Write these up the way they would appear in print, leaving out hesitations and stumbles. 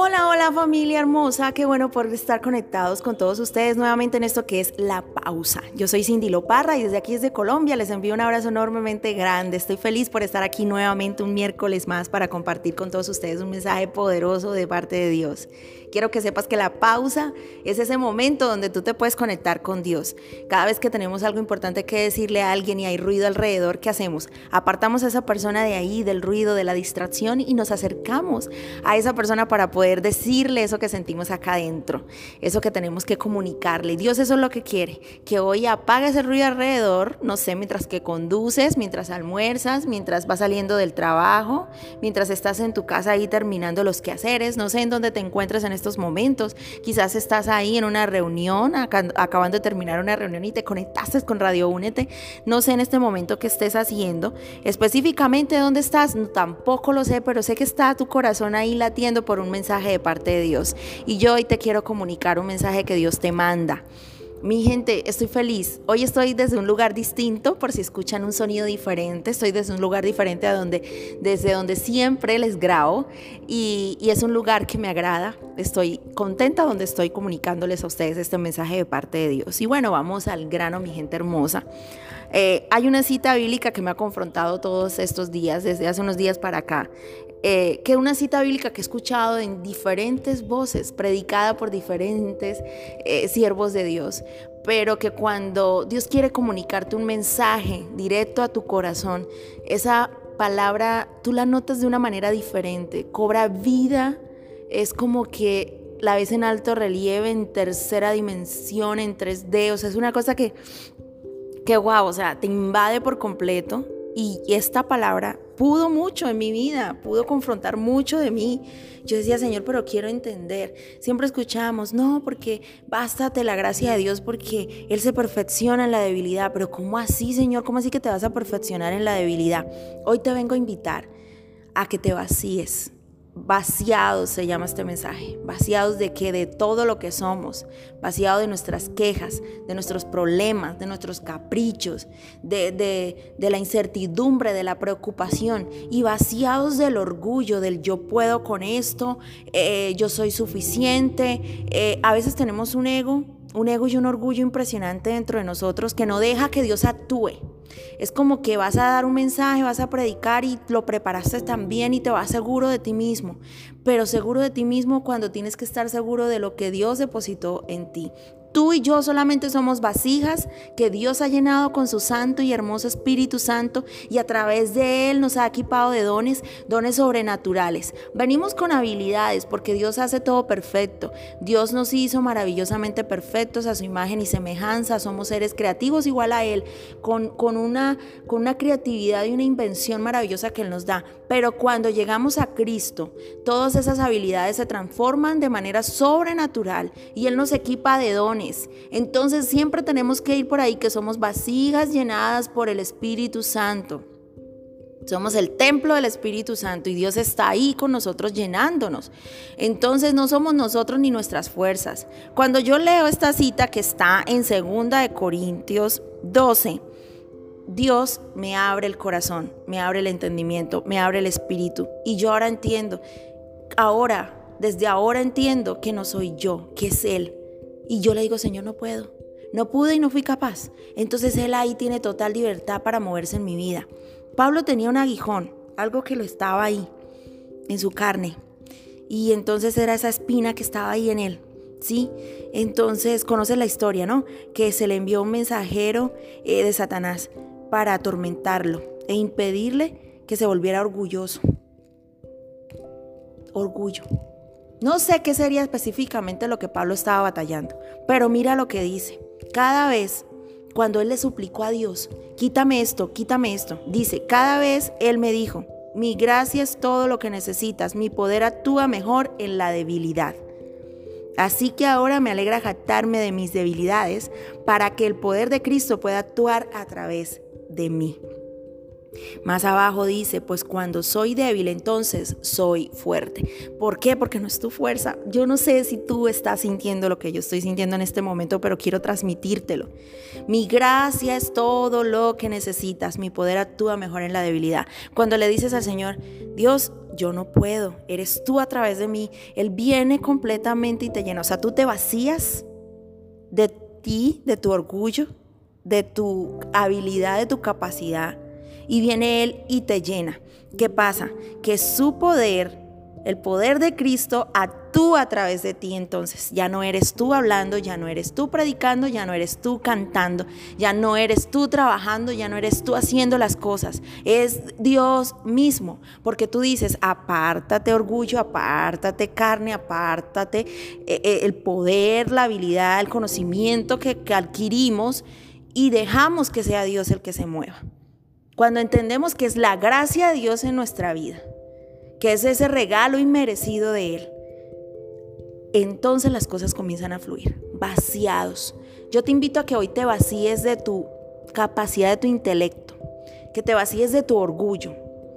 Hola, hola familia hermosa, qué bueno por estar conectados con todos ustedes nuevamente en esto que es La Pausa. Yo soy Cindy Loparra y desde aquí desde Colombia les envío un abrazo enormemente grande. Estoy feliz por estar aquí nuevamente un miércoles más para compartir con todos ustedes un mensaje poderoso de parte de Dios. Quiero que sepas que la pausa es ese momento donde tú te puedes conectar con Dios. Cada vez que tenemos algo importante que decirle a alguien y hay ruido alrededor, ¿qué hacemos? Apartamos a esa persona de ahí, del ruido, de la distracción y nos acercamos a esa persona para poder decirle eso que sentimos acá adentro, eso que tenemos que comunicarle. Dios eso es lo que quiere, que hoy apagues el ruido alrededor, no sé, mientras que conduces, mientras almuerzas, mientras vas saliendo del trabajo, mientras estás en tu casa ahí terminando los quehaceres, no sé en dónde te encuentres en estos momentos, quizás estás ahí en una reunión, acabando de terminar una reunión y te conectaste con Radio Únete, no sé en este momento qué estés haciendo, específicamente dónde estás, tampoco lo sé, pero sé que está tu corazón ahí latiendo por un mensaje de parte de Dios. Y yo hoy te quiero comunicar un mensaje que Dios te manda. Mi gente, estoy feliz. Hoy estoy desde un lugar distinto, por si escuchan un sonido diferente. Estoy desde un lugar diferente desde donde siempre les grabo. Y es un lugar que me agrada. Estoy contenta donde estoy comunicándoles a ustedes este mensaje de parte de Dios. Y bueno, vamos al grano, mi gente hermosa. Hay una cita bíblica que me ha confrontado todos estos días, desde hace unos días para acá. Que es una cita bíblica que he escuchado en diferentes voces, predicada por diferentes siervos de Dios, pero que cuando Dios quiere comunicarte un mensaje directo a tu corazón, esa palabra tú la notas de una manera diferente, cobra vida, es como que la ves en alto relieve, en tercera dimensión, en 3D, o sea, es una cosa que wow, o sea, te invade por completo. Y esta palabra pudo mucho en mi vida, pudo confrontar mucho de mí. Yo decía, Señor, pero quiero entender. Siempre escuchábamos, no, porque bástate la gracia de Dios porque Él se perfecciona en la debilidad. Pero ¿cómo así, Señor? ¿Cómo así que te vas a perfeccionar en la debilidad? Hoy te vengo a invitar a que te vacíes. Vaciados se llama este mensaje. ¿Vaciados de qué? De todo lo que somos. Vaciados de nuestras quejas, de nuestros problemas, de nuestros caprichos, de la incertidumbre, de la preocupación. Y vaciados del orgullo, del yo puedo con esto, yo soy suficiente. A veces tenemos un ego y un orgullo impresionante dentro de nosotros que no deja que Dios actúe. Es como que vas a dar un mensaje, vas a predicar y lo preparaste tan bien y te vas seguro de ti mismo, pero seguro de ti mismo cuando tienes que estar seguro de lo que Dios depositó en ti. Tú y yo solamente somos vasijas que Dios ha llenado con su santo y hermoso Espíritu Santo y a través de Él nos ha equipado de dones sobrenaturales. Venimos con habilidades porque Dios hace todo perfecto. Dios nos hizo maravillosamente perfectos a su imagen y semejanza. Somos seres creativos igual a Él, con una creatividad y una invención maravillosa que Él nos da. Pero cuando llegamos a Cristo, todas esas habilidades se transforman de manera sobrenatural y Él nos equipa de dones. Entonces siempre tenemos que ir por ahí que somos vasijas llenadas por el Espíritu Santo. Somos el templo del Espíritu Santo y Dios está ahí con nosotros llenándonos. Entonces no somos nosotros ni nuestras fuerzas. Cuando yo leo esta cita que está en 2 Corintios 12, Dios me abre el corazón, me abre el entendimiento, me abre el espíritu. Y yo ahora entiendo, desde ahora entiendo que no soy yo, que es Él. Y yo le digo, Señor, no puedo, no pude y no fui capaz. Entonces Él ahí tiene total libertad para moverse en mi vida. Pablo tenía un aguijón, algo que lo estaba ahí, en su carne. Y entonces era esa espina que estaba ahí en él, ¿sí? Entonces conoces la historia, ¿no? Que se le envió un mensajero de Satanás para atormentarlo e impedirle que se volviera orgulloso. Orgullo. No sé qué sería específicamente lo que Pablo estaba batallando, pero mira lo que dice. Cada vez, cuando él le suplicó a Dios, quítame esto, dice, cada vez él me dijo, mi gracia es todo lo que necesitas, mi poder actúa mejor en la debilidad. Así que ahora me alegra jactarme de mis debilidades para que el poder de Cristo pueda actuar a través de mí. Más abajo dice, pues cuando soy débil, entonces soy fuerte. ¿Por qué? Porque no es tu fuerza. Yo no sé si tú estás sintiendo lo que yo estoy sintiendo en este momento, pero quiero transmitírtelo. Mi gracia es todo lo que necesitas. Mi poder actúa mejor en la debilidad. Cuando le dices al Señor, Dios, yo no puedo, eres tú a través de mí. Él viene completamente y te llena. O sea, tú te vacías de ti, de tu orgullo, de tu habilidad, de tu capacidad. Y viene Él y te llena. ¿Qué pasa? Que su poder, el poder de Cristo, actúa a través de ti. Entonces ya no eres tú hablando, ya no eres tú predicando, ya no eres tú cantando, ya no eres tú trabajando, ya no eres tú haciendo las cosas. Es Dios mismo. Porque tú dices, apártate orgullo, apártate carne, apártate el poder, la habilidad, el conocimiento que adquirimos y dejamos que sea Dios el que se mueva. Cuando entendemos que es la gracia de Dios en nuestra vida, que es ese regalo inmerecido de Él, entonces las cosas comienzan a fluir, vaciados. Yo te invito a que hoy te vacíes de tu capacidad, de tu intelecto, que te vacíes de tu orgullo.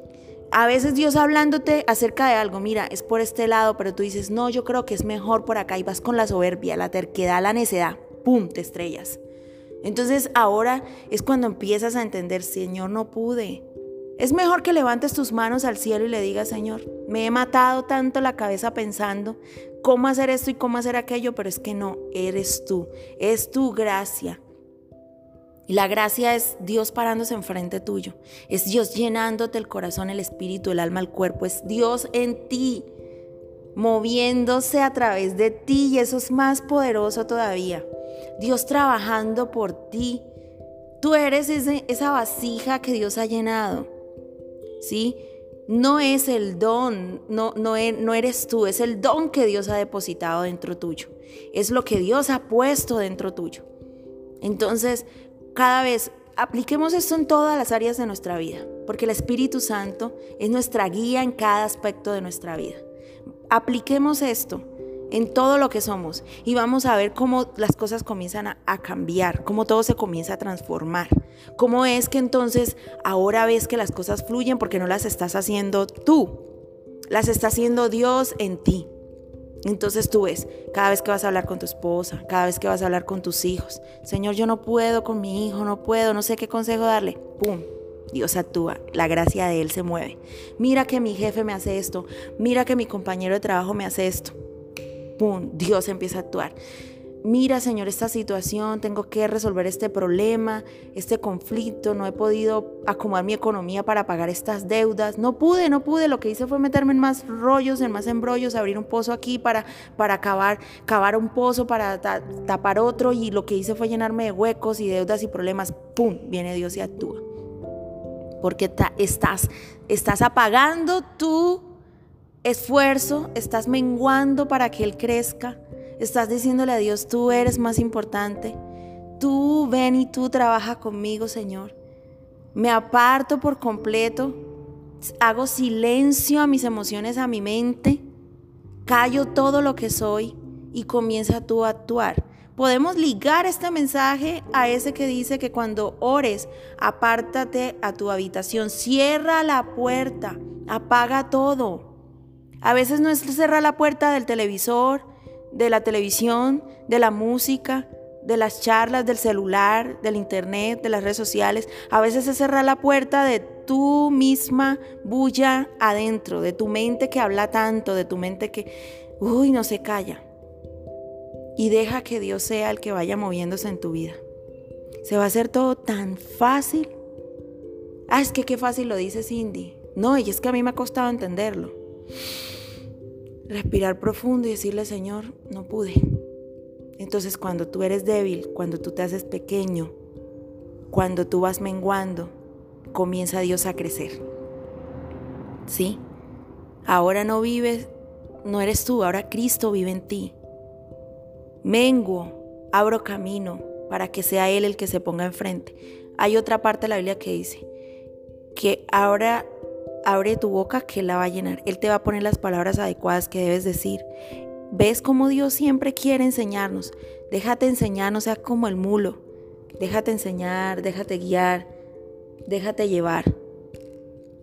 A veces Dios hablándote acerca de algo, mira, es por este lado, pero tú dices, no, yo creo que es mejor por acá y vas con la soberbia, la terquedad, la necedad, ¡pum!, te estrellas. Entonces ahora es cuando empiezas a entender, Señor, no pude. Es mejor que levantes tus manos al cielo y le digas, Señor, me he matado tanto la cabeza pensando cómo hacer esto y cómo hacer aquello, pero es que no, eres tú, es tu gracia. Y la gracia es Dios parándose enfrente tuyo, es Dios llenándote el corazón, el espíritu, el alma, el cuerpo, es Dios en ti, moviéndose a través de ti, y eso es más poderoso todavía. Dios trabajando por ti. Tú eres esa vasija que Dios ha llenado, ¿sí? No es el don, no eres tú, es el don que Dios ha depositado dentro tuyo. Es lo que Dios ha puesto dentro tuyo. Entonces, cada vez apliquemos esto en todas las áreas de nuestra vida, porque el Espíritu Santo es nuestra guía en cada aspecto de nuestra vida. Apliquemos esto en todo lo que somos y vamos a ver cómo las cosas comienzan a cambiar, cómo todo se comienza a transformar, cómo es que entonces ahora ves que las cosas fluyen porque no las estás haciendo tú, las está haciendo Dios en ti. Entonces tú ves, cada vez que vas a hablar con tu esposa, cada vez que vas a hablar con tus hijos, Señor, yo no puedo con mi hijo, no puedo, no sé qué consejo darle, ¡pum! Dios actúa, la gracia de Él se mueve. Mira que mi jefe me hace esto, mira que mi compañero de trabajo me hace esto. ¡Pum! Dios empieza a actuar. Mira, Señor, esta situación, tengo que resolver este problema, este conflicto, no he podido acomodar mi economía para pagar estas deudas. No pude, lo que hice fue meterme en más rollos, en más embrollos, abrir un pozo aquí para cavar un pozo, para tapar otro, y lo que hice fue llenarme de huecos y deudas y problemas. ¡Pum! Viene Dios y actúa. Porque estás apagando tu esfuerzo, estás menguando para que Él crezca, estás diciéndole a Dios, tú eres más importante, tú ven y tú trabaja conmigo, Señor. Me aparto por completo, hago silencio a mis emociones, a mi mente, callo todo lo que soy y comienza tú a actuar. Podemos ligar este mensaje a ese que dice que cuando ores, apártate a tu habitación, cierra la puerta, apaga todo. A veces no es cerrar la puerta del televisor, de la televisión, de la música, de las charlas, del celular, del internet, de las redes sociales. A veces es cerrar la puerta de tu misma bulla adentro, de tu mente que habla tanto, de tu mente que, no se calla. Y deja que Dios sea el que vaya moviéndose en tu vida. Se va a hacer todo tan fácil. Es que qué fácil lo dice Cindy. No, y es que a mí me ha costado entenderlo. Respirar profundo y decirle, Señor, no pude. Entonces cuando tú eres débil, cuando tú te haces pequeño, cuando tú vas menguando, comienza Dios a crecer. ¿Sí? Ahora no vives, no eres tú, ahora Cristo vive en ti. Menguo, abro camino para que sea Él el que se ponga enfrente. Hay otra parte de la Biblia que dice que ahora abre tu boca que Él la va a llenar. Él te va a poner las palabras adecuadas que debes decir. ¿Ves cómo Dios siempre quiere enseñarnos? Déjate enseñar, no seas como el mulo. Déjate enseñar, déjate guiar, déjate llevar.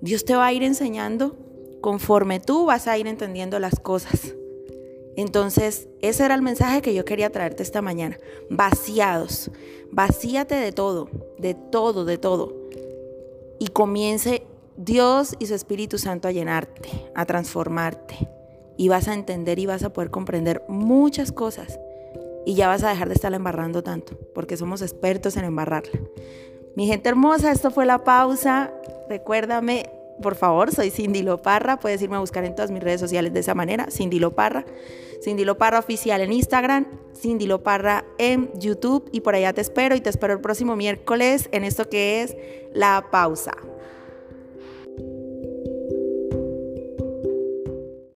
Dios te va a ir enseñando conforme tú vas a ir entendiendo las cosas. Entonces, ese era el mensaje que yo quería traerte esta mañana. Vaciados, vacíate de todo, de todo, de todo. Y comience Dios y su Espíritu Santo a llenarte, a transformarte. Y vas a entender y vas a poder comprender muchas cosas. Y ya vas a dejar de estarla embarrando tanto, porque somos expertos en embarrarla. Mi gente hermosa, esto fue La Pausa. Recuérdame, por favor, soy Cindy Loparra. Puedes irme a buscar en todas mis redes sociales de esa manera, Cindy Loparra. Cindy Loparra oficial en Instagram, Cindy Loparra en YouTube. Y por allá te espero y te espero el próximo miércoles en esto que es La Pausa.